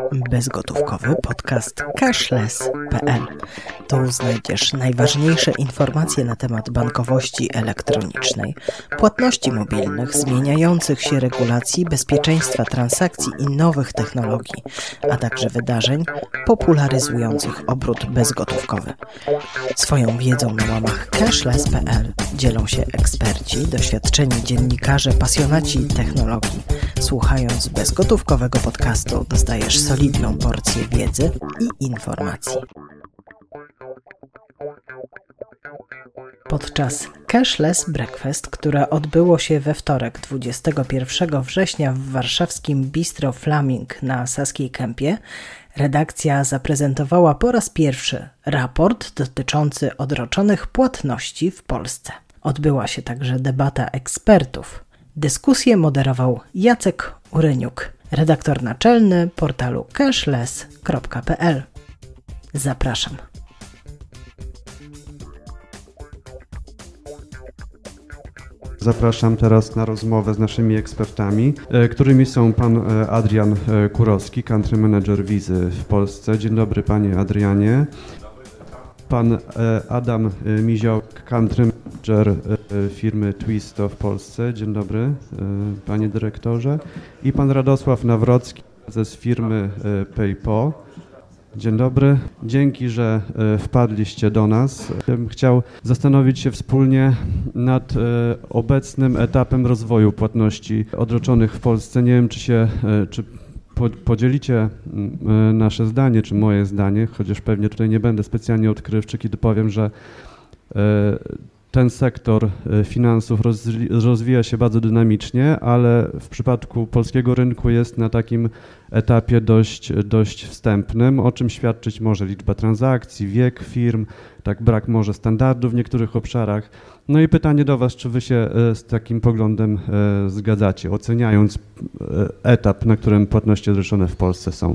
Bezgotówkowy podcast cashless.pl. Tu znajdziesz najważniejsze informacje na temat bankowości elektronicznej, płatności mobilnych, zmieniających się regulacji, bezpieczeństwa transakcji i nowych technologii, a także wydarzeń popularyzujących obrót bezgotówkowy. Swoją wiedzą na łamach cashless.pl dzielą się eksperci, doświadczeni dziennikarze, pasjonaci technologii. Słuchając bezgotówkowego podcastu dostajesz solidną porcję wiedzy i informacji. Podczas Cashless Breakfast, które odbyło się we wtorek 21 września w warszawskim Bistro Flaming na Saskiej Kępie, redakcja zaprezentowała po raz pierwszy raport dotyczący odroczonych płatności w Polsce. Odbyła się także debata ekspertów. Dyskusję moderował Jacek Uryniuk, redaktor naczelny portalu cashless.pl. Zapraszam. Zapraszam teraz na rozmowę z naszymi ekspertami, którymi są pan Adrian Kurowski, country manager Wizy w Polsce. Dzień dobry panie Adrianie. Pan Adam Miziołek, country manager firmy Twisto w Polsce. Dzień dobry panie dyrektorze. I pan Radosław Nawrocki z firmy PayPo. Dzień dobry. Dzięki, że wpadliście do nas. Chciał zastanowić się wspólnie nad obecnym etapem rozwoju płatności odroczonych w Polsce. Nie wiem, czy podzielicie nasze zdanie, czy moje zdanie, chociaż pewnie tutaj nie będę specjalnie odkrywczy, kiedy powiem, że ten sektor finansów rozwija się bardzo dynamicznie, ale w przypadku polskiego rynku jest na takim etapie dość wstępnym, o czym świadczyć może liczba transakcji, wiek firm, tak brak może standardów w niektórych obszarach. No i pytanie do was, czy wy się z takim poglądem zgadzacie, oceniając etap, na którym płatności odroczone w Polsce są?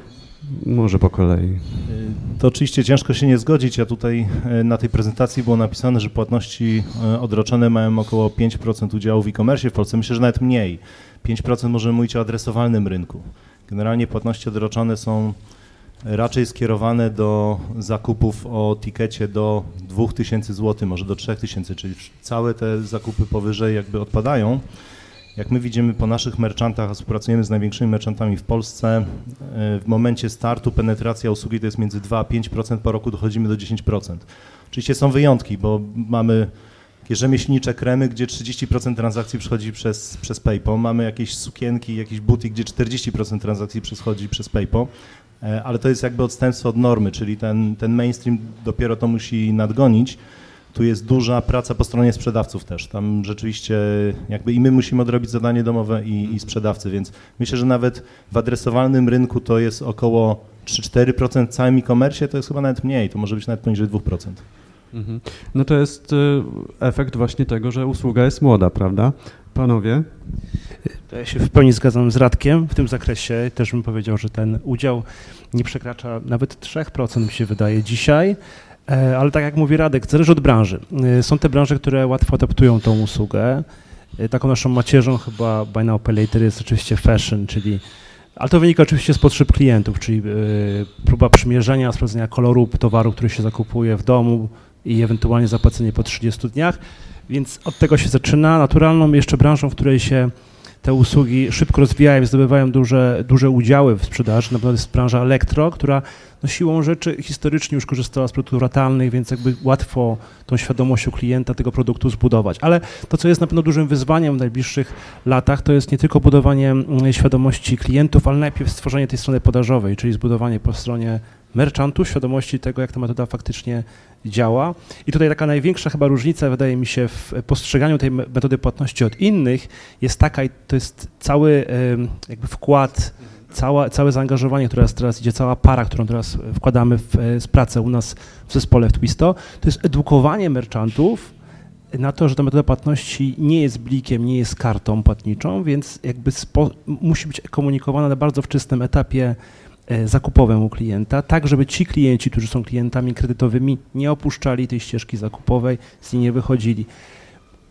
Może po kolei. To oczywiście ciężko się nie zgodzić. Ja tutaj na tej prezentacji było napisane, że płatności odroczone mają około 5% udziału w e-commerce w Polsce. Myślę, że nawet mniej. 5% możemy mówić o adresowalnym rynku. Generalnie płatności odroczone są raczej skierowane do zakupów o tikecie do 2000 zł, może do 3000, czyli całe te zakupy powyżej jakby odpadają. Jak my widzimy po naszych merchantach, a współpracujemy z największymi merchantami w Polsce, w momencie startu penetracja usługi to jest między 2 a 5%, po roku dochodzimy do 10%. Oczywiście są wyjątki, bo mamy takie rzemieślnicze kremy, gdzie 30% transakcji przychodzi przez PayPal, mamy jakieś sukienki, jakiś butik, gdzie 40% transakcji przychodzi przez PayPal, ale to jest jakby odstępstwo od normy, czyli ten mainstream dopiero to musi nadgonić. Tu jest duża praca po stronie sprzedawców też. Tam rzeczywiście jakby i my musimy odrobić zadanie domowe i sprzedawcy, więc myślę, że nawet w adresowalnym rynku to jest około 3-4% w całym e-commerce, to jest chyba nawet mniej, to może być nawet poniżej 2%. No to jest efekt właśnie tego, że usługa jest młoda, prawda? Panowie? To ja się w pełni zgadzam z Radkiem w tym zakresie. Też bym powiedział, że ten udział nie przekracza nawet 3%, mi się wydaje dzisiaj. Ale tak jak mówi Radek, zależy od branży. Są te branże, które łatwo adaptują tą usługę. Taką naszą macierzą chyba Buy Now Pay Later jest oczywiście fashion, ale to wynika oczywiście z potrzeb klientów, czyli próba przymierzenia, sprawdzenia koloru towaru, który się zakupuje w domu i ewentualnie zapłacenie po 30 dniach, więc od tego się zaczyna. Naturalną jeszcze branżą, w której się te usługi szybko rozwijają i zdobywają duże udziały w sprzedaży, na pewno jest branża elektro, która siłą rzeczy historycznie już korzystała z produktów ratalnych, więc jakby łatwo tą świadomość u klienta tego produktu zbudować. Ale to, co jest na pewno dużym wyzwaniem w najbliższych latach, to jest nie tylko budowanie świadomości klientów, ale najpierw stworzenie tej strony podażowej, czyli zbudowanie po stronie merchantów świadomości tego, jak ta metoda faktycznie działa. I tutaj taka największa chyba różnica, wydaje mi się, w postrzeganiu tej metody płatności od innych jest taka, i to jest cały jakby wkład, całe zaangażowanie, które teraz idzie, cała para, którą teraz wkładamy w pracę u nas w zespole w Twisto, to jest edukowanie merchantów na to, że ta metoda płatności nie jest blikiem, nie jest kartą płatniczą, więc jakby musi być komunikowana na bardzo wczesnym etapie zakupowym u klienta, tak żeby ci klienci, którzy są klientami kredytowymi, nie opuszczali tej ścieżki zakupowej, z niej nie wychodzili.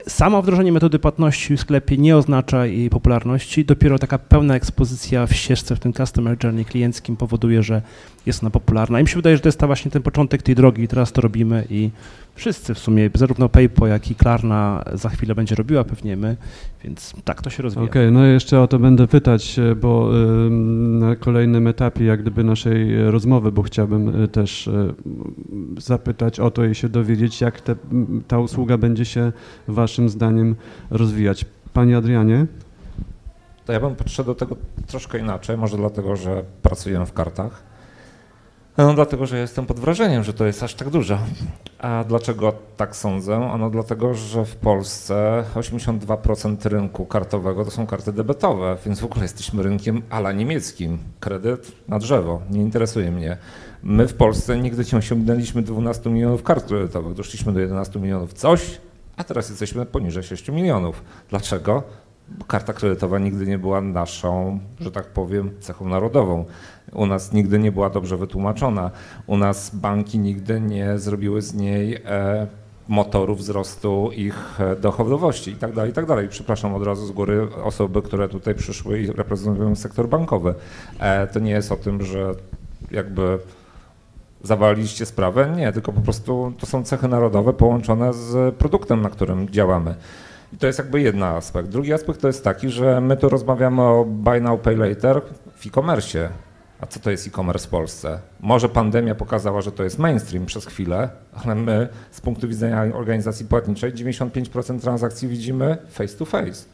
Samo wdrożenie metody płatności w sklepie nie oznacza jej popularności, dopiero taka pełna ekspozycja w ścieżce, w tym customer journey klienckim powoduje, że jest ona popularna. I mi się wydaje, że to jest właśnie ten początek tej drogi i teraz to robimy i wszyscy w sumie, zarówno PayPal, jak i Klarna za chwilę będzie robiła, pewnie my, więc tak to się rozwija. Okej, no jeszcze o to będę pytać, bo na kolejnym etapie jak gdyby naszej rozmowy, bo chciałbym też zapytać o to i się dowiedzieć, jak ta usługa będzie się waszym zdaniem rozwijać. Panie Adrianie? To ja bym podszedł do tego troszkę inaczej, może dlatego, że pracujemy w kartach. No dlatego, że jestem pod wrażeniem, że to jest aż tak dużo. A dlaczego tak sądzę? Ano dlatego, że w Polsce 82% rynku kartowego to są karty debetowe, więc w ogóle jesteśmy rynkiem a la niemieckim. Kredyt na drzewo, nie interesuje mnie. My w Polsce nigdy nie osiągnęliśmy 12 milionów kart kredytowych, doszliśmy do 11 milionów coś, a teraz jesteśmy poniżej 6 milionów. Dlaczego? Bo karta kredytowa nigdy nie była naszą, że tak powiem, cechą narodową. U nas nigdy nie była dobrze wytłumaczona. U nas banki nigdy nie zrobiły z niej motoru wzrostu ich dochodowości i tak dalej, i tak dalej. Przepraszam od razu z góry osoby, które tutaj przyszły i reprezentują sektor bankowy. To nie jest o tym, że jakby zawaliliście sprawę. Nie, tylko po prostu to są cechy narodowe połączone z produktem, na którym działamy. I to jest jakby jeden aspekt. Drugi aspekt to jest taki, że my tu rozmawiamy o buy now, pay later w e-commerce. A co to jest e-commerce w Polsce? Może pandemia pokazała, że to jest mainstream przez chwilę, ale my z punktu widzenia organizacji płatniczej 95% transakcji widzimy face to face.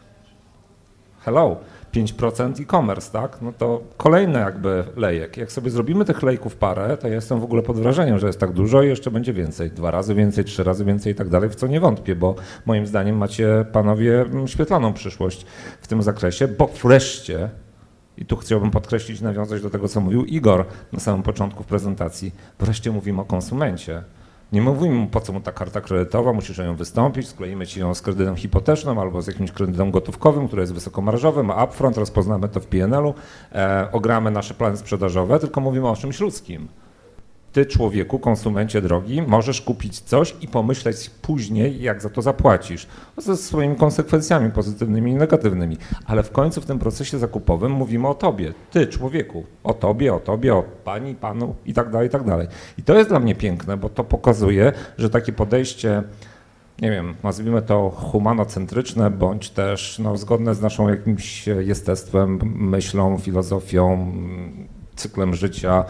Hello, 5% e-commerce, tak? No to kolejny jakby lejek. Jak sobie zrobimy tych lejków parę, to ja jestem w ogóle pod wrażeniem, że jest tak dużo i jeszcze będzie więcej. 2 razy więcej, 3 razy więcej i tak dalej, w co nie wątpię, bo moim zdaniem macie panowie świetlaną przyszłość w tym zakresie, bo wreszcie, i tu chciałbym podkreślić, nawiązać do tego, co mówił Igor na samym początku w prezentacji, wreszcie mówimy o konsumencie. Nie mówimy mu, po co mu ta karta kredytowa, musisz ją wystąpić, skleimy ci ją z kredytem hipotecznym albo z jakimś kredytem gotówkowym, który jest wysokomarżowy, ma upfront, rozpoznamy to w PNL-u, ogramy nasze plany sprzedażowe, tylko mówimy o czymś ludzkim. Ty, człowieku, konsumencie drogi, możesz kupić coś i pomyśleć później, jak za to zapłacisz. Ze swoimi konsekwencjami pozytywnymi i negatywnymi. Ale w końcu w tym procesie zakupowym mówimy o tobie. Ty, człowieku. O tobie, o pani, panu i tak dalej, i tak dalej. I to jest dla mnie piękne, bo to pokazuje, że takie podejście, nie wiem, nazwijmy to humanocentryczne, bądź też zgodne z naszą jakimś jestestwem, myślą, filozofią, cyklem życia,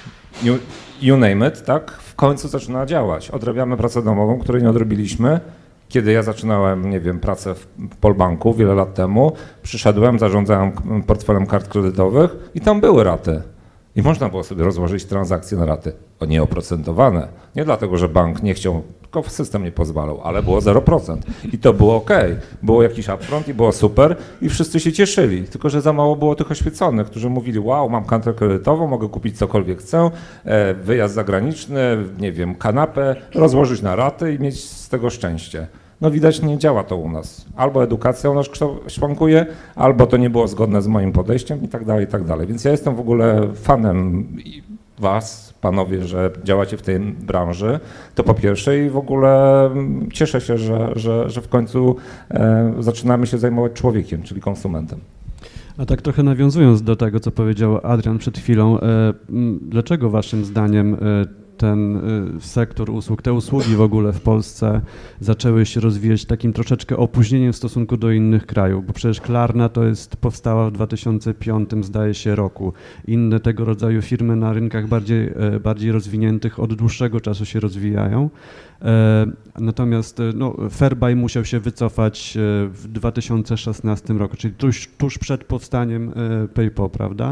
you name it, tak? W końcu zaczyna działać. Odrabiamy pracę domową, której nie odrobiliśmy. Kiedy ja zaczynałem, nie wiem, pracę w Polbanku wiele lat temu, przyszedłem, zarządzałem portfelem kart kredytowych i tam były raty. I można było sobie rozłożyć transakcje na raty, nieoprocentowane. Nie dlatego, że bank nie chciał, tylko system nie pozwalał, ale było 0%. I to było ok. Było jakiś upfront i było super i wszyscy się cieszyli. Tylko, że za mało było tych oświeconych, którzy mówili, wow, mam kartę kredytową, mogę kupić cokolwiek chcę, wyjazd zagraniczny, nie wiem, kanapę, rozłożyć na raty i mieć z tego szczęście. No widać, nie działa to u nas. Albo edukacja u nas szwankuje, albo to nie było zgodne z moim podejściem i tak dalej, i tak dalej. Więc ja jestem w ogóle fanem was, panowie, że działacie w tej branży. To po pierwsze i w ogóle cieszę się, że w końcu zaczynamy się zajmować człowiekiem, czyli konsumentem. A tak trochę nawiązując do tego, co powiedział Adrian przed chwilą, dlaczego waszym zdaniem ten sektor usług, te usługi w ogóle w Polsce zaczęły się rozwijać takim troszeczkę opóźnieniem w stosunku do innych krajów, bo przecież Klarna powstała w 2005, zdaje się, roku. Inne tego rodzaju firmy na rynkach bardziej rozwiniętych od dłuższego czasu się rozwijają. Natomiast Fairbuy musiał się wycofać w 2016 roku, czyli tuż przed powstaniem PayPal, prawda?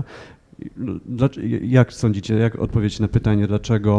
Jak sądzicie, jak odpowiedzieć na pytanie, dlaczego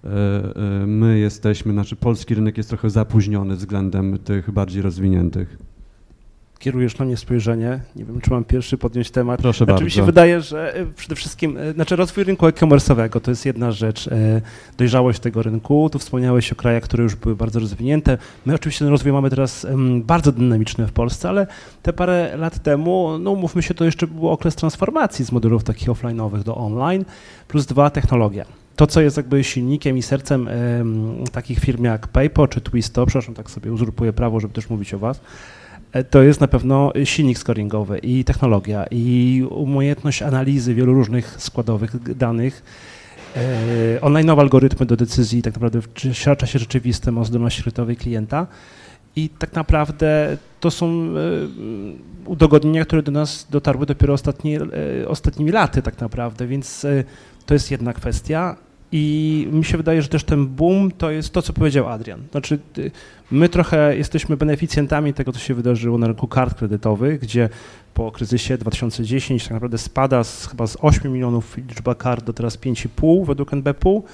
my jesteśmy, polski rynek jest trochę zapóźniony względem tych bardziej rozwiniętych? Kierujesz na mnie spojrzenie, nie wiem, czy mam pierwszy podjąć temat. Proszę bardzo. Mi się wydaje, że przede wszystkim, rozwój rynku e-commerce'owego to jest jedna rzecz, dojrzałość tego rynku. Tu wspomniałeś o krajach, które już były bardzo rozwinięte. My oczywiście ten rozwój mamy teraz bardzo dynamiczny w Polsce, ale te parę lat temu, umówmy się, to jeszcze był okres transformacji z modelów takich offline'owych do online, plus 2 technologia. to, co jest jakby silnikiem i sercem takich firm jak PayPal czy Twisto, przepraszam, tak sobie uzurpuję prawo, żeby też mówić o was, to jest na pewno silnik scoringowy i technologia i umiejętność analizy wielu różnych składowych danych, online'owe algorytmy do decyzji tak naprawdę w czasie rzeczywistym o zdolności kredytowej klienta i tak naprawdę to są udogodnienia, które do nas dotarły dopiero ostatnimi laty tak naprawdę, więc to jest jedna kwestia. I mi się wydaje, że też ten boom to jest to, co powiedział Adrian. Znaczy, my trochę jesteśmy beneficjentami tego, co się wydarzyło na rynku kart kredytowych, gdzie po kryzysie 2010 tak naprawdę spada chyba z 8 milionów liczba kart do teraz 5,5 według NBP-u.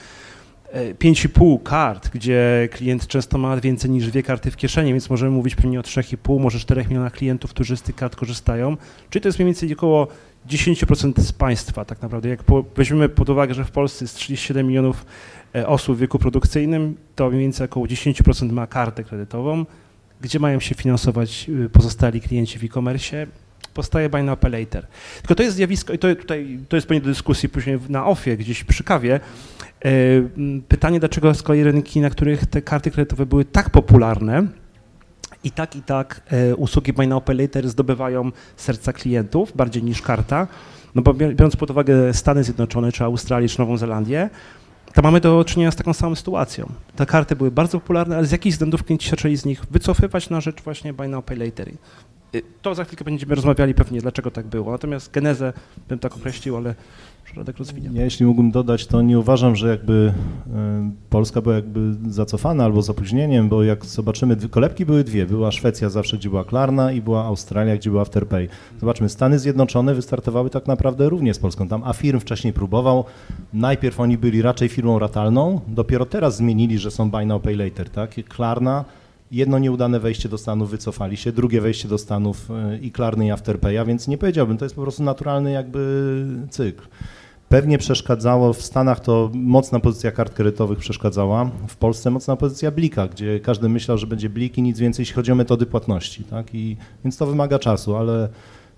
5,5 kart, gdzie klient często ma więcej niż 2 karty w kieszeni, więc możemy mówić pewnie o 3,5, może 4 milionach klientów, którzy z tych kart korzystają. Czyli to jest mniej więcej około 10% z państwa tak naprawdę. Jak weźmiemy pod uwagę, że w Polsce jest 37 milionów osób w wieku produkcyjnym, to mniej więcej około 10% ma kartę kredytową. Gdzie mają się finansować pozostali klienci w e-commerce? Powstaje buy now, pay later. Tylko to jest zjawisko, i to jest pewnie do dyskusji później na OFF-ie, gdzieś przy kawie. Pytanie, dlaczego z kolei rynki, na których te karty kredytowe były tak popularne, i tak usługi buy now, pay later zdobywają serca klientów bardziej niż karta, no bo biorąc pod uwagę Stany Zjednoczone, czy Australię, czy Nową Zelandię, to mamy do czynienia z taką samą sytuacją. Te karty były bardzo popularne, ale z jakichś względów klienci zaczęli z nich wycofywać na rzecz właśnie buy now, pay later. To za chwilkę będziemy rozmawiali pewnie, dlaczego tak było. Natomiast genezę bym tak określił, ale Radek rozwinie. Ja jeśli mógłbym dodać, to nie uważam, że jakby Polska była jakby zacofana albo z opóźnieniem, bo jak zobaczymy, kolebki były dwie. Była Szwecja zawsze, gdzie była Klarna i była Australia, gdzie była Afterpay. Zobaczmy, Stany Zjednoczone wystartowały tak naprawdę równie z Polską. Tam firm wcześniej próbował. Najpierw oni byli raczej firmą ratalną, dopiero teraz zmienili, że są buy now, pay later, tak? Klarna, jedno nieudane wejście do Stanów, wycofali się, drugie wejście do Stanów i Klarny i Afterpaya, więc nie powiedziałbym, to jest po prostu naturalny jakby cykl. Pewnie przeszkadzało, w Stanach to mocna pozycja kart kredytowych przeszkadzała, w Polsce mocna pozycja Blika, gdzie każdy myślał, że będzie Blik i nic więcej, jeśli chodzi o metody płatności, tak? Więc to wymaga czasu, ale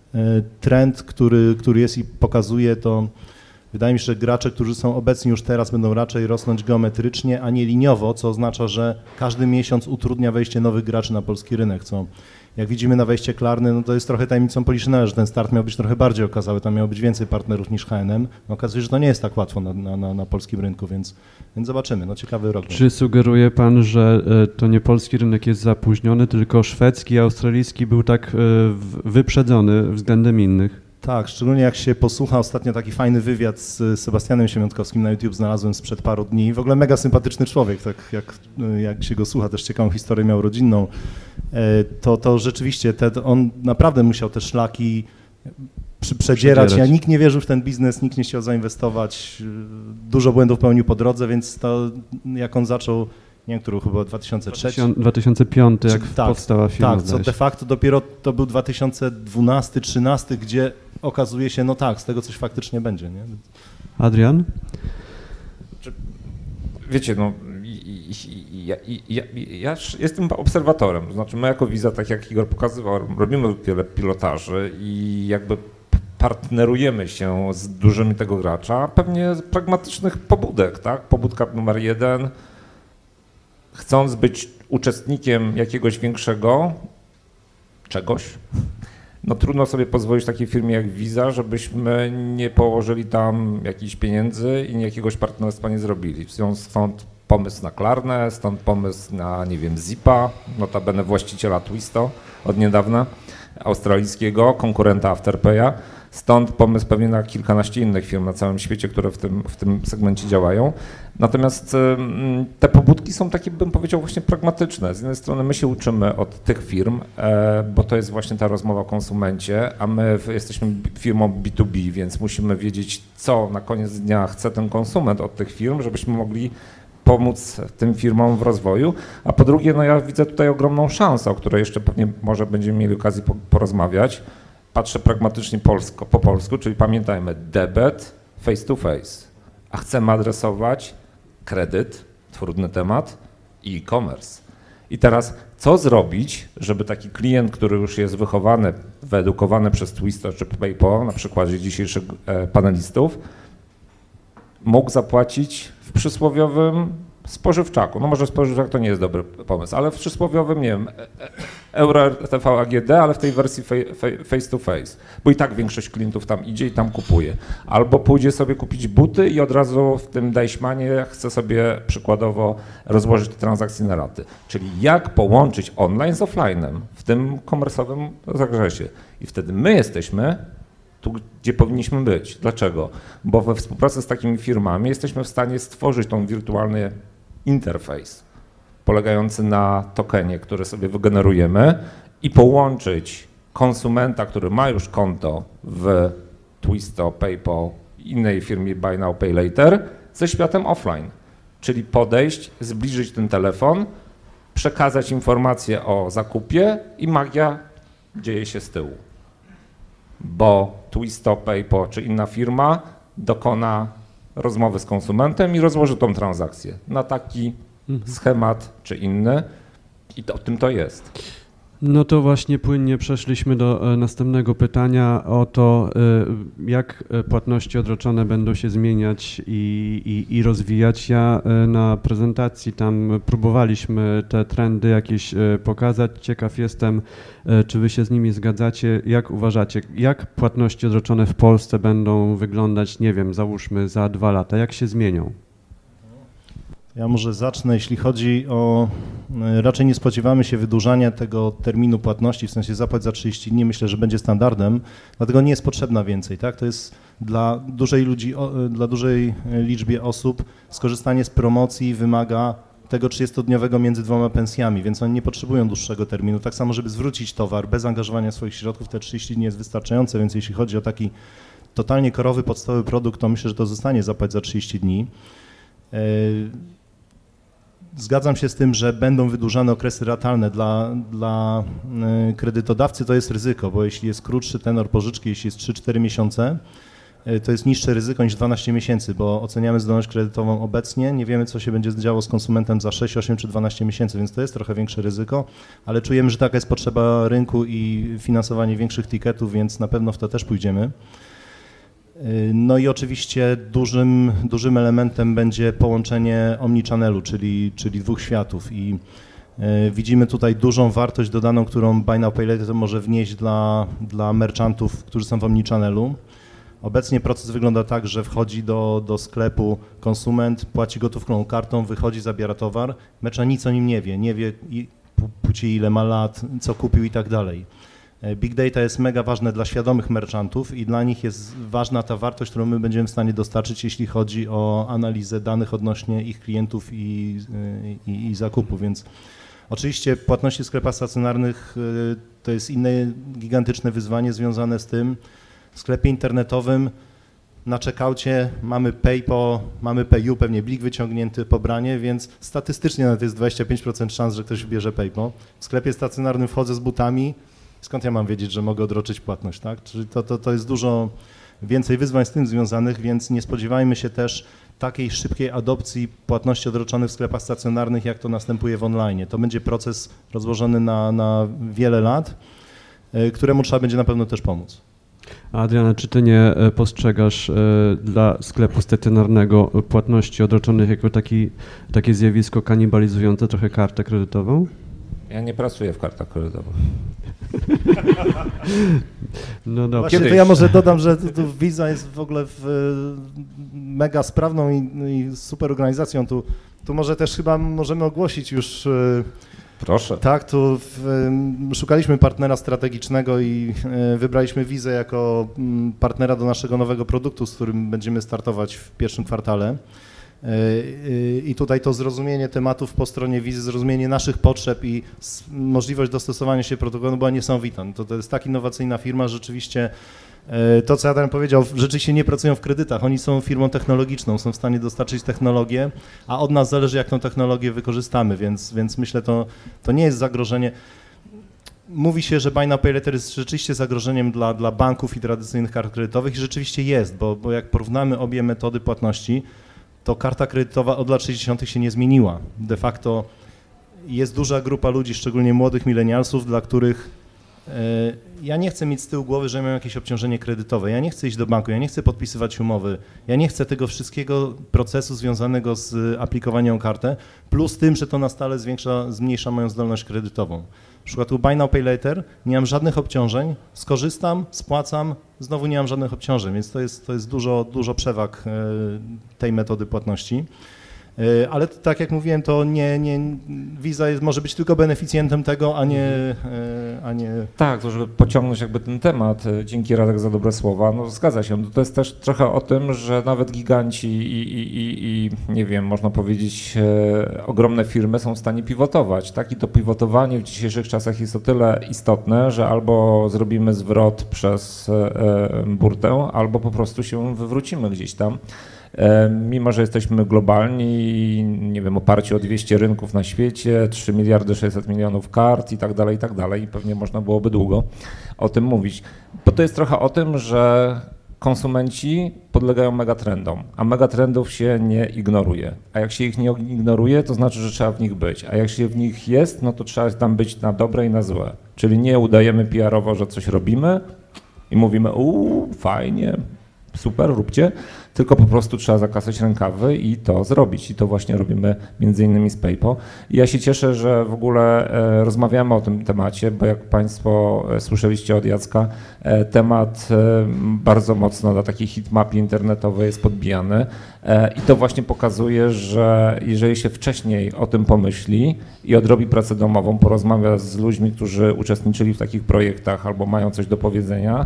trend, który jest i pokazuje to, wydaje mi się, że gracze, którzy są obecni już teraz, będą raczej rosnąć geometrycznie, a nie liniowo, co oznacza, że każdy miesiąc utrudnia wejście nowych graczy na polski rynek, co jak widzimy na wejście Klarny, no to jest trochę tajemnicą Poliszynela, że ten start miał być trochę bardziej okazały, tam miało być więcej partnerów niż H&M. No, okazuje się, że to nie jest tak łatwo na polskim rynku, więc zobaczymy, no ciekawy rok. Czy sugeruje pan, że to nie polski rynek jest zapóźniony, tylko szwedzki, australijski był tak wyprzedzony względem innych? Tak, szczególnie jak się posłucha, ostatnio taki fajny wywiad z Sebastianem Siemiątkowskim na YouTube znalazłem sprzed paru dni. W ogóle mega sympatyczny człowiek, tak jak się go słucha, też ciekawą historię miał rodzinną. To rzeczywiście on naprawdę musiał te szlaki przedzierać. Ja nikt nie wierzył w ten biznes, nikt nie chciał zainwestować, dużo błędów popełnił po drodze, więc to jak on zaczął, nie wiem, który chyba 2003. 2005, jak powstała firma. Tak, co de facto dopiero to był 2012-13, gdzie okazuje się, no tak, z tego coś faktycznie będzie, nie? Adrian? Wiecie, no ja jestem obserwatorem, to znaczy my jako Visa, tak jak Igor pokazywał, robimy wiele pilotaży i jakby partnerujemy się z dużymi tego gracza, pewnie z pragmatycznych pobudek, tak? Pobudka numer 1, chcąc być uczestnikiem jakiegoś większego czegoś, no trudno sobie pozwolić takiej firmie jak Visa, żebyśmy nie położyli tam jakichś pieniędzy i jakiegoś partnerstwa nie zrobili. Stąd pomysł na Klarnę, stąd pomysł na, nie wiem, Zipa, notabene właściciela Twisto od niedawna, australijskiego, konkurenta Afterpaya. Stąd pomysł pewnie na kilkanaście innych firm na całym świecie, które w tym segmencie działają. Natomiast te pobudki są takie, bym powiedział, właśnie pragmatyczne. Z jednej strony my się uczymy od tych firm, bo to jest właśnie ta rozmowa o konsumencie, a my jesteśmy firmą B2B, więc musimy wiedzieć, co na koniec dnia chce ten konsument od tych firm, żebyśmy mogli pomóc tym firmom w rozwoju, a po drugie, no ja widzę tutaj ogromną szansę, o której jeszcze pewnie może będziemy mieli okazję porozmawiać. Patrzę pragmatycznie po polsku, czyli pamiętajmy debet face to face, a chcemy adresować kredyt, trudny temat, i e-commerce. I teraz co zrobić, żeby taki klient, który już jest wychowany, wyedukowany przez Twisto czy PayPal, na przykładzie dzisiejszych panelistów, mógł zapłacić w przysłowiowym spożywczaku. No może spożywczak to nie jest dobry pomysł, ale w przysłowiowym, nie wiem, Euro RTV AGD, ale w tej wersji face to face, bo i tak większość klientów tam idzie i tam kupuje. Albo pójdzie sobie kupić buty i od razu w tym Deichmanie chce sobie przykładowo rozłożyć te transakcje na raty. Czyli jak połączyć online z offline'em w tym komersowym zakresie. I wtedy my jesteśmy tu, gdzie powinniśmy być. Dlaczego? Bo we współpracy z takimi firmami jesteśmy w stanie stworzyć tą wirtualny interfejs polegający na tokenie, który sobie wygenerujemy i połączyć konsumenta, który ma już konto w Twisto, PayPal, innej firmie Buy Now, Pay Later ze światem offline. Czyli podejść, zbliżyć ten telefon, przekazać informację o zakupie i magia dzieje się z tyłu. Bo Twisto, PayPal czy inna firma dokona rozmowy z konsumentem i rozłoży tą transakcję na taki schemat czy inny i to, o tym to jest. No to właśnie płynnie przeszliśmy do następnego pytania o to, jak płatności odroczone będą się zmieniać i rozwijać. Ja na prezentacji tam próbowaliśmy te trendy jakieś pokazać. Ciekaw jestem, czy wy się z nimi zgadzacie. Jak uważacie, jak płatności odroczone w Polsce będą wyglądać, nie wiem, załóżmy za 2 lata, jak się zmienią? Ja może zacznę, jeśli chodzi o, raczej nie spodziewamy się wydłużania tego terminu płatności, w sensie zapłać za 30 dni, myślę, że będzie standardem, dlatego nie jest potrzebna więcej, tak? To jest dla dużej liczbie osób skorzystanie z promocji wymaga tego 30-dniowego między 2 pensjami, więc oni nie potrzebują dłuższego terminu. Tak samo, żeby zwrócić towar bez angażowania swoich środków, te 30 dni jest wystarczające, więc jeśli chodzi o taki totalnie korowy, podstawowy produkt, to myślę, że to zostanie zapłać za 30 dni. Zgadzam się z tym, że będą wydłużane okresy ratalne dla kredytodawcy, to jest ryzyko, bo jeśli jest krótszy tenor pożyczki, jeśli jest 3-4 miesiące, to jest niższe ryzyko niż 12 miesięcy, bo oceniamy zdolność kredytową obecnie, nie wiemy, co się będzie działo z konsumentem za 6, 8 czy 12 miesięcy, więc to jest trochę większe ryzyko, ale czujemy, że taka jest potrzeba rynku i finansowanie większych ticketów, więc na pewno w to też pójdziemy. No i oczywiście dużym elementem będzie połączenie omnichannelu, czyli 2 światów i widzimy tutaj dużą wartość dodaną, którą Buy Now Pay Later może wnieść dla merchantów, którzy są w omnichannelu. Obecnie proces wygląda tak, że wchodzi do sklepu konsument, płaci gotówką kartą, wychodzi, zabiera towar, merchant nic o nim nie wie płci, ile ma lat, co kupił i tak dalej. Big data jest mega ważne dla świadomych merchantów i dla nich jest ważna ta wartość, którą my będziemy w stanie dostarczyć, jeśli chodzi o analizę danych odnośnie ich klientów i zakupu, więc oczywiście płatności w sklepach stacjonarnych to jest inne gigantyczne wyzwanie związane z tym. W sklepie internetowym na checkoucie mamy PayPal, mamy PayU, pewnie blik wyciągnięty, pobranie, więc statystycznie nawet jest 25% szans, że ktoś bierze PayPal. W sklepie stacjonarnym wchodzę z butami, skąd ja mam wiedzieć, że mogę odroczyć płatność, tak? Czyli to jest dużo więcej wyzwań z tym związanych, więc nie spodziewajmy się też takiej szybkiej adopcji płatności odroczonych w sklepach stacjonarnych, jak to następuje w online. To będzie proces rozłożony na wiele lat, któremu trzeba będzie na pewno też pomóc. Adriana, czy ty nie postrzegasz dla sklepu stacjonarnego płatności odroczonych jako takie zjawisko kanibalizujące trochę kartę kredytową? Ja nie pracuję w kartach kredytowych. No dobrze. Właśnie, to ja może dodam, że Visa jest w ogóle mega sprawną i super organizacją. Tu może też chyba możemy ogłosić już. Proszę. Tak, tu szukaliśmy partnera strategicznego i wybraliśmy Visę jako partnera do naszego nowego produktu, z którym będziemy startować w pierwszym kwartale. I tutaj to zrozumienie tematów po stronie Vizy, zrozumienie naszych potrzeb i możliwość dostosowania się protokołu była niesamowita. To jest tak innowacyjna firma, rzeczywiście to, co Adam powiedział, rzeczywiście nie pracują w kredytach, oni są firmą technologiczną, są w stanie dostarczyć technologię, a od nas zależy, jak tą technologię wykorzystamy, więc myślę, to nie jest zagrożenie. Mówi się, że Buy Now Pay Later jest rzeczywiście zagrożeniem dla banków i tradycyjnych kart kredytowych i rzeczywiście jest, bo jak porównamy obie metody płatności, to karta kredytowa od lat 60. się nie zmieniła. De facto jest duża grupa ludzi, szczególnie młodych milenialsów, dla których Ja nie chcę mieć z tyłu głowy, że mam jakieś obciążenie kredytowe. Ja nie chcę iść do banku, ja nie chcę podpisywać umowy. Ja nie chcę tego wszystkiego procesu związanego z aplikowaniem o kartę, plus tym, że to na stale zmniejsza moją zdolność kredytową. W przypadku Buy Now, Pay Later nie mam żadnych obciążeń, skorzystam, spłacam, znowu nie mam żadnych obciążeń, więc to jest dużo przewag tej metody płatności. Ale tak jak mówiłem, to Visa może być tylko beneficjentem tego, a nie... Tak, to żeby pociągnąć jakby ten temat, dzięki Radek za dobre słowa, no zgadza się, to jest też trochę o tym, że nawet giganci i nie wiem, można powiedzieć ogromne firmy są w stanie pivotować, tak? I to pivotowanie w dzisiejszych czasach jest o tyle istotne, że albo zrobimy zwrot przez burtę, albo po prostu się wywrócimy gdzieś tam. Mimo że jesteśmy globalni i nie wiem, oparci o 200 rynków na świecie, 3 miliardy 600 milionów kart i tak dalej, i pewnie można byłoby długo o tym mówić. Bo to jest trochę o tym, że konsumenci podlegają megatrendom, a megatrendów się nie ignoruje. A jak się ich nie ignoruje, to znaczy, że trzeba w nich być. A jak się w nich jest, no to trzeba tam być na dobre i na złe. Czyli nie udajemy PR-owo, że coś robimy i mówimy, fajnie, super, róbcie, tylko po prostu trzeba zakasać rękawy i to zrobić. I to właśnie robimy między innymi z PayPo. I ja się cieszę, że w ogóle rozmawiamy o tym temacie, bo jak Państwo słyszeliście od Jacka, temat bardzo mocno na takiej hitmapie internetowej jest podbijany i to właśnie pokazuje, że jeżeli się wcześniej o tym pomyśli i odrobi pracę domową, porozmawia z ludźmi, którzy uczestniczyli w takich projektach albo mają coś do powiedzenia,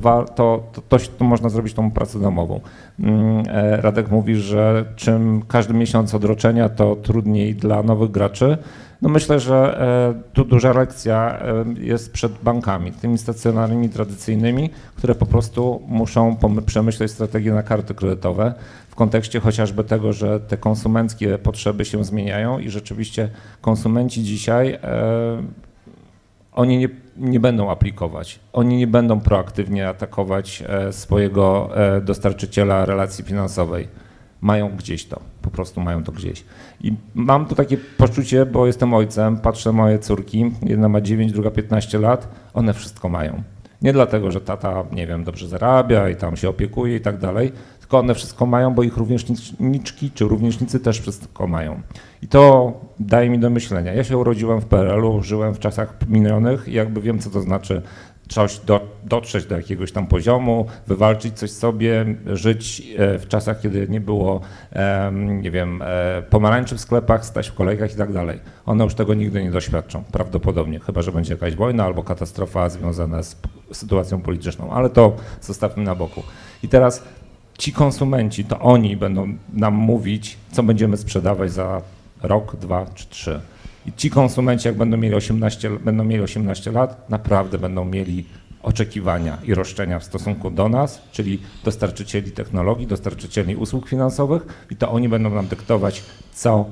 to można zrobić tą pracę domową. Radek mówi, że czym każdy miesiąc odroczenia, to trudniej dla nowych graczy. No myślę, że tu duża lekcja jest przed bankami, tymi stacjonarnymi, tradycyjnymi, które po prostu muszą przemyśleć strategię na karty kredytowe w kontekście chociażby tego, że te konsumenckie potrzeby się zmieniają i rzeczywiście konsumenci dzisiaj oni nie będą aplikować, oni nie będą proaktywnie atakować swojego dostarczyciela relacji finansowej. Mają gdzieś to, po prostu mają to gdzieś. I mam tu takie poczucie, bo jestem ojcem, patrzę na moje córki, jedna ma 9, druga 15 lat, one wszystko mają. Nie dlatego, że tata, nie wiem, dobrze zarabia i tam się opiekuje i tak dalej, tylko one wszystko mają, bo ich rówieśniczki czy rówieśnicy też wszystko mają. I to daje mi do myślenia. Ja się urodziłem w PRL-u, żyłem w czasach minionych i jakby wiem, co to znaczy dotrzeć do jakiegoś tam poziomu, wywalczyć coś sobie, żyć w czasach, kiedy nie było, nie wiem, pomarańczy w sklepach, stać w kolejkach i tak dalej. One już tego nigdy nie doświadczą, prawdopodobnie, chyba że będzie jakaś wojna albo katastrofa związana z sytuacją polityczną, ale to zostawmy na boku. I teraz ci konsumenci, to oni będą nam mówić, co będziemy sprzedawać za rok, 2 czy 3. I ci konsumenci, jak będą mieli 18 lat, naprawdę będą mieli oczekiwania i roszczenia w stosunku do nas, czyli dostarczycieli technologii, dostarczycieli usług finansowych i to oni będą nam dyktować, co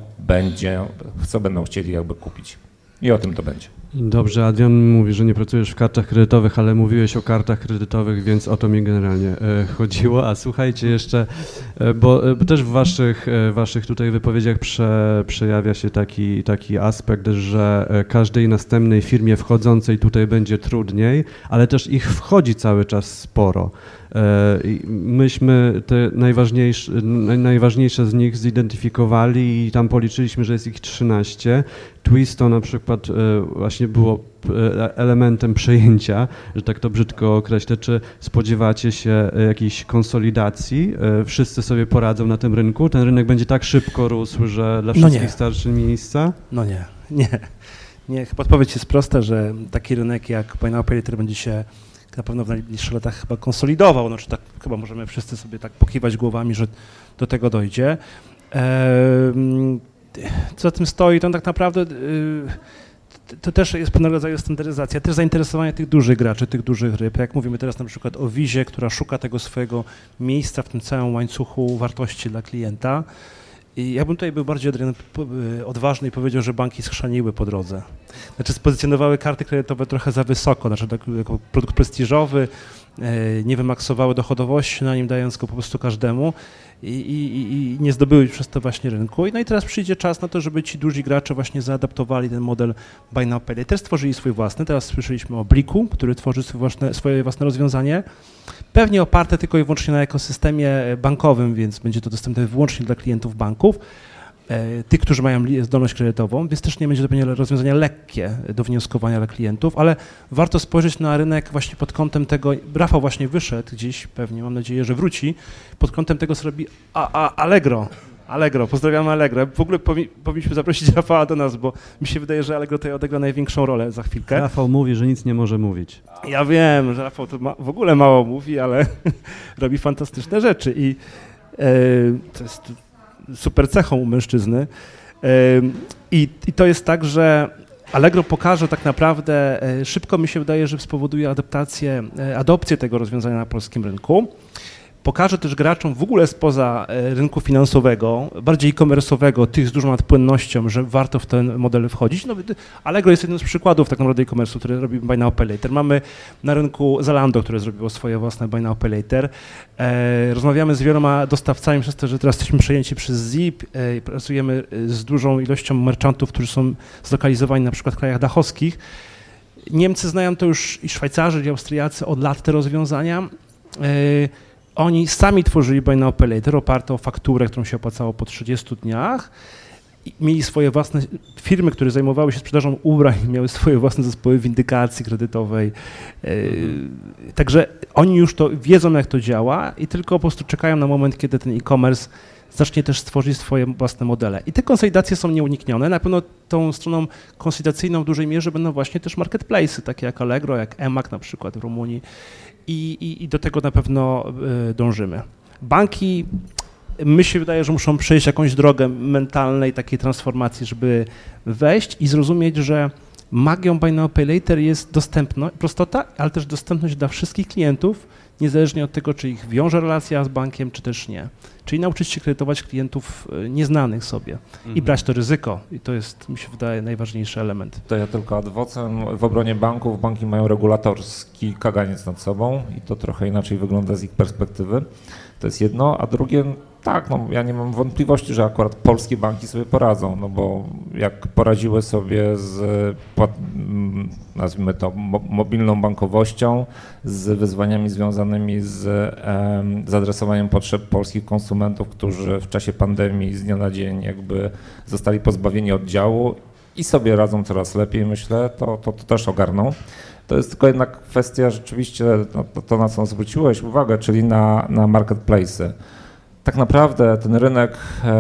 będą chcieli jakby kupić. I o tym to będzie. Dobrze, Adrian mówi, że nie pracujesz w kartach kredytowych, ale mówiłeś o kartach kredytowych, więc o to mi generalnie chodziło. A słuchajcie jeszcze, bo też w waszych tutaj wypowiedziach przejawia się taki aspekt, że każdej następnej firmie wchodzącej tutaj będzie trudniej, ale też ich wchodzi cały czas sporo. Myśmy te najważniejsze z nich zidentyfikowali i tam policzyliśmy, że jest ich 13. Twisto na przykład właśnie było elementem przejęcia, że tak to brzydko określę. Czy spodziewacie się jakiejś konsolidacji? Wszyscy sobie poradzą na tym rynku? Ten rynek będzie tak szybko rósł, że dla wszystkich starczy miejsca? No nie. Chyba odpowiedź jest prosta, że taki rynek jak Buy Now, Pay Later będzie się na pewno w najbliższych latach chyba konsolidował, znaczy tak chyba możemy wszyscy sobie tak pokiwać głowami, że do tego dojdzie. Co za tym stoi, to tak naprawdę to też jest pewnego rodzaju standaryzacja, też zainteresowanie tych dużych graczy, tych dużych ryb. Jak mówimy teraz na przykład o Vizie, która szuka tego swojego miejsca w tym całym łańcuchu wartości dla klienta. I ja bym tutaj był bardziej odważny i powiedział, że banki schrzaniły po drodze. Znaczy spozycjonowały karty kredytowe trochę za wysoko, znaczy jako produkt prestiżowy, nie wymaksowały dochodowości na nim, dając go po prostu każdemu i nie zdobyły przez to właśnie rynku. No i teraz przyjdzie czas na to, żeby ci duzi gracze właśnie zaadaptowali ten model Buy Now Pay Later, stworzyli swój własny. Teraz słyszeliśmy o Bliku, który tworzy swoje własne rozwiązanie, pewnie oparte tylko i wyłącznie na ekosystemie bankowym, więc będzie to dostępne wyłącznie dla klientów banków, tych, którzy mają zdolność kredytową, więc też nie będzie to pewnie rozwiązanie lekkie do wnioskowania dla klientów, ale warto spojrzeć na rynek właśnie pod kątem tego, Rafał właśnie wyszedł gdzieś, pewnie mam nadzieję, że wróci, pod kątem tego, co robi Allegro, pozdrawiamy Allegro. W ogóle powinniśmy zaprosić Rafała do nas, bo mi się wydaje, że Allegro tutaj odegra największą rolę za chwilkę. Rafał mówi, że nic nie może mówić. Ja wiem, że Rafał to w ogóle mało mówi, ale robi fantastyczne rzeczy i to jest super cechą u mężczyzny. I to jest tak, że Allegro pokaże tak naprawdę, szybko mi się wydaje, że spowoduje adopcję tego rozwiązania na polskim rynku. Pokaże też graczom w ogóle spoza rynku finansowego, bardziej e-commerce'owego, tych z dużą nadpłynnością, że warto w ten model wchodzić. No, Allegro jest jednym z przykładów tak naprawdę e-commerce'u, który robi Buy Now Pay Later. Mamy na rynku Zalando, które zrobiło swoje własne Buy Now Pay Later. Rozmawiamy z wieloma dostawcami przez to, że teraz jesteśmy przejęci przez Zip. Pracujemy z dużą ilością merchantów, którzy są zlokalizowani na przykład w krajach dachowskich. Niemcy znają to już i Szwajcarzy, i Austriacy od lat te rozwiązania. Oni sami tworzyli Buy Now Pay Later oparte o fakturę, którą się opłacało po 30 dniach. I mieli swoje własne firmy, które zajmowały się sprzedażą ubrań, miały swoje własne zespoły windykacji kredytowej. Także oni już to wiedzą, jak to działa i tylko po prostu czekają na moment, kiedy ten e-commerce zacznie też stworzyć swoje własne modele. I te konsolidacje są nieuniknione. Na pewno tą stroną konsolidacyjną w dużej mierze będą właśnie też marketplace'y, takie jak Allegro, jak eMAG na przykład w Rumunii. I do tego na pewno dążymy. Banki, mi się wydaje, że muszą przejść jakąś drogę mentalnej takiej transformacji, żeby wejść i zrozumieć, że magią Buy Now Pay Later jest dostępność, prostota, ale też dostępność dla wszystkich klientów, niezależnie od tego, czy ich wiąże relacja z bankiem, czy też nie. Czyli nauczyć się kredytować klientów nieznanych sobie i brać to ryzyko. I to jest, mi się wydaje, najważniejszy element. To ja tylko ad vocem. W obronie banków banki mają regulatorski kaganiec nad sobą i to trochę inaczej wygląda z ich perspektywy. To jest jedno, a drugie, tak, no, ja nie mam wątpliwości, że akurat polskie banki sobie poradzą, no bo jak poradziły sobie z, nazwijmy to, mobilną bankowością, z wyzwaniami związanymi z adresowaniem potrzeb polskich konsumentów, którzy w czasie pandemii z dnia na dzień jakby zostali pozbawieni oddziału i sobie radzą coraz lepiej, myślę, to też ogarną. To jest tylko jednak kwestia rzeczywiście, no, to na co zwróciłeś uwagę, czyli na marketplace'y. Tak naprawdę ten rynek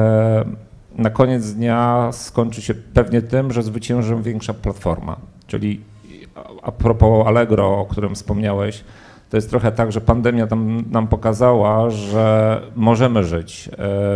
na koniec dnia skończy się pewnie tym, że zwycięży większa platforma. Czyli a propos Allegro, o którym wspomniałeś, to jest trochę tak, że pandemia nam pokazała, że możemy żyć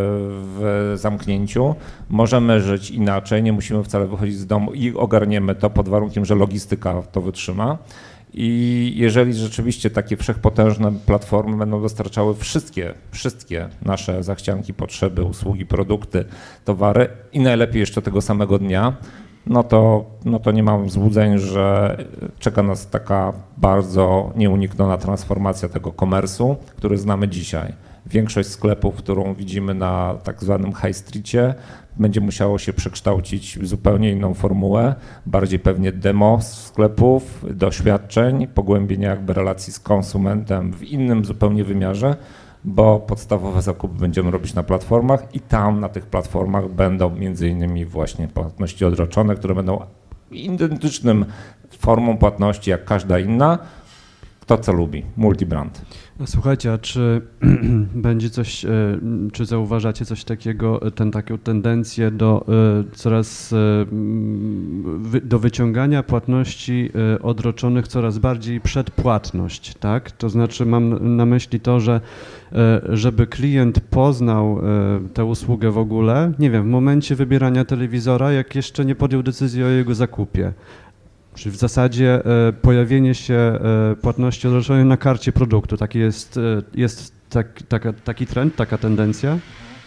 w zamknięciu, możemy żyć inaczej, nie musimy wcale wychodzić z domu i ogarniemy to pod warunkiem, że logistyka to wytrzyma. I jeżeli rzeczywiście takie wszechpotężne platformy będą dostarczały wszystkie nasze zachcianki, potrzeby, usługi, produkty, towary i najlepiej jeszcze tego samego dnia, no to nie mam złudzeń, że czeka nas taka bardzo nieunikniona transformacja tego komersu, który znamy dzisiaj. Większość sklepów, którą widzimy na tak zwanym high streetie, będzie musiało się przekształcić w zupełnie inną formułę, bardziej pewnie demo sklepów, doświadczeń, pogłębienia jakby relacji z konsumentem w innym zupełnie wymiarze, bo podstawowe zakupy będziemy robić na platformach i tam na tych platformach będą między innymi właśnie płatności odroczone, które będą identycznym formą płatności jak każda inna, kto co lubi, multibrand. Słuchajcie, a czy będzie coś, czy zauważacie coś takiego, taką tendencję do coraz do wyciągania płatności odroczonych coraz bardziej przed płatność, tak? To znaczy mam na myśli to, że żeby klient poznał tę usługę w ogóle, nie wiem, w momencie wybierania telewizora, jak jeszcze nie podjął decyzji o jego zakupie. Czyli w zasadzie pojawienie się płatności odroczonej na karcie produktu, taki jest taki trend, taka tendencja?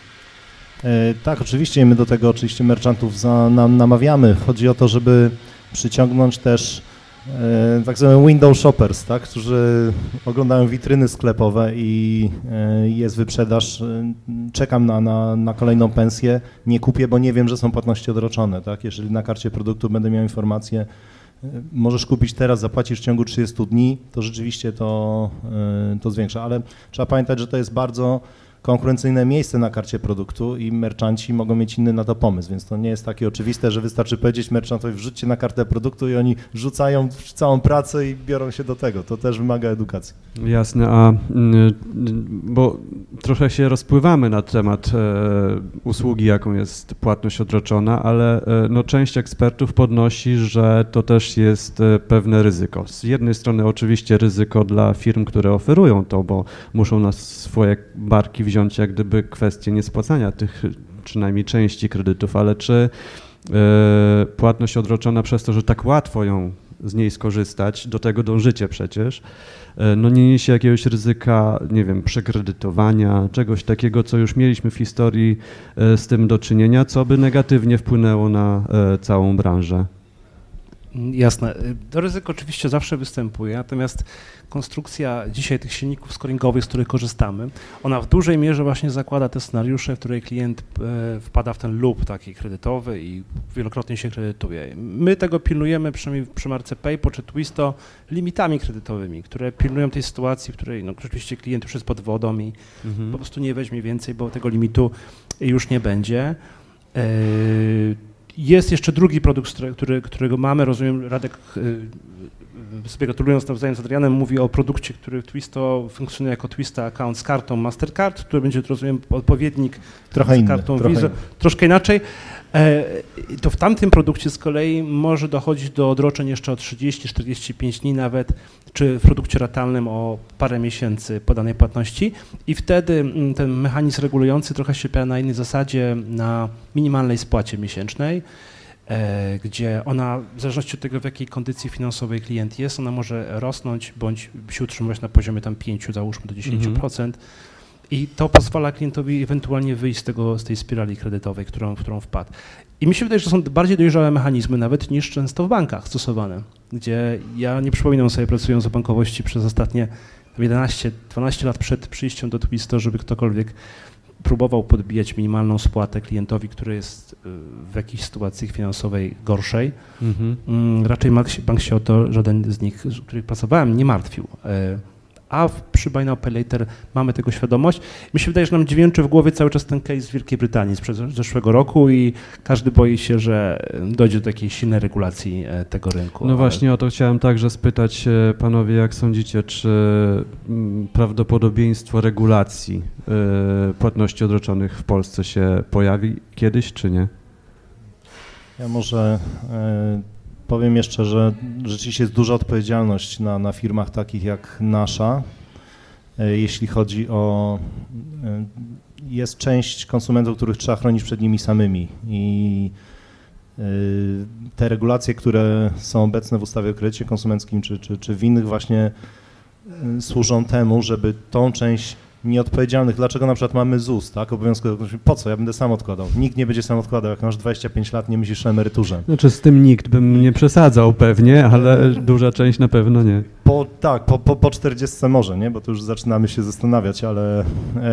Tak, oczywiście my do tego oczywiście merchantów namawiamy. Chodzi o to, żeby przyciągnąć też tak zwane window shoppers, tak, którzy oglądają witryny sklepowe i jest wyprzedaż, czekam na kolejną pensję, nie kupię, bo nie wiem, że są płatności odroczone. Tak? Jeżeli na karcie produktu będę miał informację, możesz kupić teraz, zapłacisz w ciągu 30 dni, to rzeczywiście to zwiększa, ale trzeba pamiętać, że to jest bardzo konkurencyjne miejsce na karcie produktu i merchanci mogą mieć inny na to pomysł, więc to nie jest takie oczywiste, że wystarczy powiedzieć merchantowi wrzućcie na kartę produktu i oni rzucają całą pracę i biorą się do tego. To też wymaga edukacji. Jasne, bo trochę się rozpływamy na temat usługi, jaką jest płatność odroczona, ale no, część ekspertów podnosi, że to też jest pewne ryzyko. Z jednej strony oczywiście ryzyko dla firm, które oferują to, bo muszą na swoje barki wziąć jak gdyby kwestię niespłacania tych przynajmniej części kredytów, ale czy płatność odroczona przez to, że tak łatwo z niej skorzystać, do tego dążycie przecież, no nie niesie jakiegoś ryzyka, nie wiem, przekredytowania, czegoś takiego, co już mieliśmy w historii z tym do czynienia, co by negatywnie wpłynęło na całą branżę? Jasne. To ryzyko oczywiście zawsze występuje, natomiast konstrukcja dzisiaj tych silników scoringowych, z których korzystamy, ona w dużej mierze właśnie zakłada te scenariusze, w której klient wpada w ten loop taki kredytowy i wielokrotnie się kredytuje. My tego pilnujemy, przynajmniej przy marce PayPal czy Twisto, limitami kredytowymi, które pilnują tej sytuacji, w której no, rzeczywiście klient już jest pod wodą i po prostu nie weźmie więcej, bo tego limitu już nie będzie. Jest jeszcze drugi produkt, którego mamy, rozumiem, Radek, sobie gratulując nawzajem z Adrianem, mówi o produkcie, który w Twisto funkcjonuje jako Twisto Account z kartą Mastercard, który będzie, rozumiem, odpowiednik z kartą Visa, troszkę inaczej. To w tamtym produkcie z kolei może dochodzić do odroczeń jeszcze o 30-45 dni nawet, czy w produkcie ratalnym o parę miesięcy podanej płatności i wtedy ten mechanizm regulujący trochę się opiera na innej zasadzie, na minimalnej spłacie miesięcznej, gdzie ona, w zależności od tego, w jakiej kondycji finansowej klient jest, ona może rosnąć bądź się utrzymywać na poziomie tam 5, załóżmy do 10%. I to pozwala klientowi ewentualnie wyjść z tej spirali kredytowej, w którą wpadł. I mi się wydaje, że to są bardziej dojrzałe mechanizmy nawet niż często w bankach stosowane, gdzie ja nie przypominam sobie, pracując w bankowości przez ostatnie 11-12 lat przed przyjściem do Twisto, żeby ktokolwiek próbował podbijać minimalną spłatę klientowi, który jest w jakiejś sytuacji finansowej gorszej. Raczej bank się o to, żaden z nich, z których pracowałem, nie martwił. A przy Buy Now Pay Later mamy tego świadomość. Mi się wydaje, że nam dźwięczy w głowie cały czas ten case z Wielkiej Brytanii z zeszłego roku i każdy boi się, że dojdzie do takiej silnej regulacji tego rynku. No właśnie o to chciałem także spytać panowie, jak sądzicie, czy prawdopodobieństwo regulacji płatności odroczonych w Polsce się pojawi kiedyś, czy nie? Ja może powiem jeszcze, że rzeczywiście jest duża odpowiedzialność na firmach takich jak nasza, jeśli chodzi o... Jest część konsumentów, których trzeba chronić przed nimi samymi i te regulacje, które są obecne w ustawie o kredycie konsumenckim czy w innych właśnie służą temu, żeby tą część nieodpowiedzialnych, dlaczego na przykład mamy ZUS, tak, obowiązkowy, po co, ja będę sam odkładał, nikt nie będzie sam odkładał, jak masz 25 lat, nie myślisz o emeryturze. Znaczy z tym nikt bym nie przesadzał pewnie, ale duża część na pewno nie. Po 40 może, nie, bo to już zaczynamy się zastanawiać, ale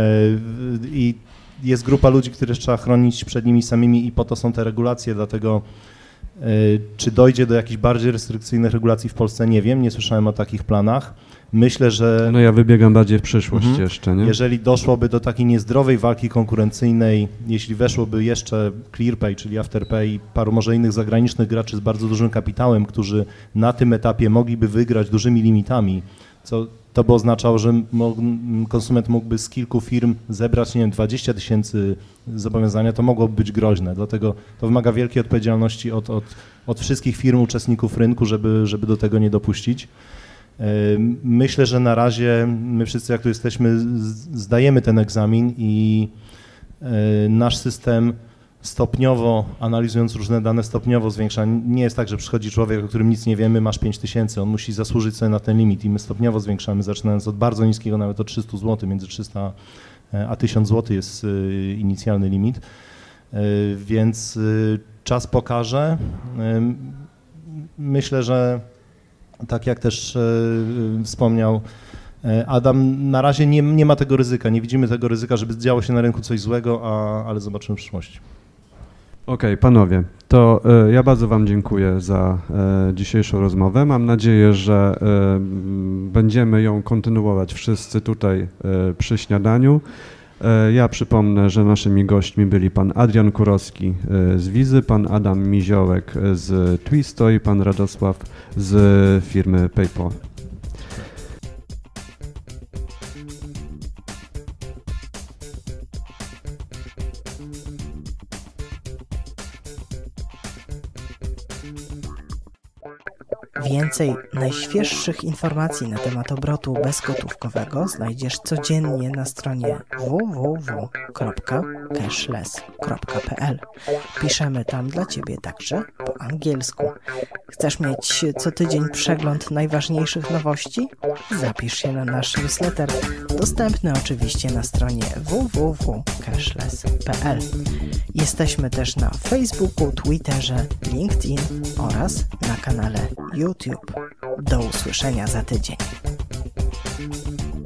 i jest grupa ludzi, których trzeba chronić przed nimi samymi i po to są te regulacje, dlatego czy dojdzie do jakichś bardziej restrykcyjnych regulacji w Polsce, nie wiem, nie słyszałem o takich planach. Myślę, że... No ja wybiegam bardziej w przyszłość jeszcze, nie? Jeżeli doszłoby do takiej niezdrowej walki konkurencyjnej, jeśli weszłoby jeszcze ClearPay, czyli Afterpay i paru może innych zagranicznych graczy z bardzo dużym kapitałem, którzy na tym etapie mogliby wygrać dużymi limitami, to by oznaczało, że konsument mógłby z kilku firm zebrać, nie wiem, 20 000 zobowiązania, to mogłoby być groźne. Dlatego to wymaga wielkiej odpowiedzialności od wszystkich firm, uczestników rynku, żeby do tego nie dopuścić. Myślę, że na razie my wszyscy, jak tu jesteśmy, zdajemy ten egzamin i nasz system stopniowo, analizując różne dane, stopniowo zwiększa. Nie jest tak, że przychodzi człowiek, o którym nic nie wiemy, masz 5000, on musi zasłużyć sobie na ten limit i my stopniowo zwiększamy, zaczynając od bardzo niskiego, nawet od 300 zł, między 300 a 1000 zł jest inicjalny limit, więc czas pokaże. Myślę, że Tak jak też wspomniał Adam, na razie nie ma tego ryzyka, nie widzimy tego ryzyka, żeby działo się na rynku coś złego, ale zobaczymy w przyszłości. Okej, panowie, to ja bardzo wam dziękuję za dzisiejszą rozmowę. Mam nadzieję, że będziemy ją kontynuować wszyscy tutaj przy śniadaniu. Ja przypomnę, że naszymi gośćmi byli pan Adrian Kurowski z Wizy, pan Adam Miziołek z Twisto i pan Radosław z firmy PayPal. Więcej najświeższych informacji na temat obrotu bezgotówkowego znajdziesz codziennie na stronie www.cashless.pl. Piszemy tam dla Ciebie także po angielsku. Chcesz mieć co tydzień przegląd najważniejszych nowości? Zapisz się na nasz newsletter, dostępny oczywiście na stronie www.cashless.pl. Jesteśmy też na Facebooku, Twitterze, LinkedIn oraz na kanale YouTube. Do usłyszenia za tydzień.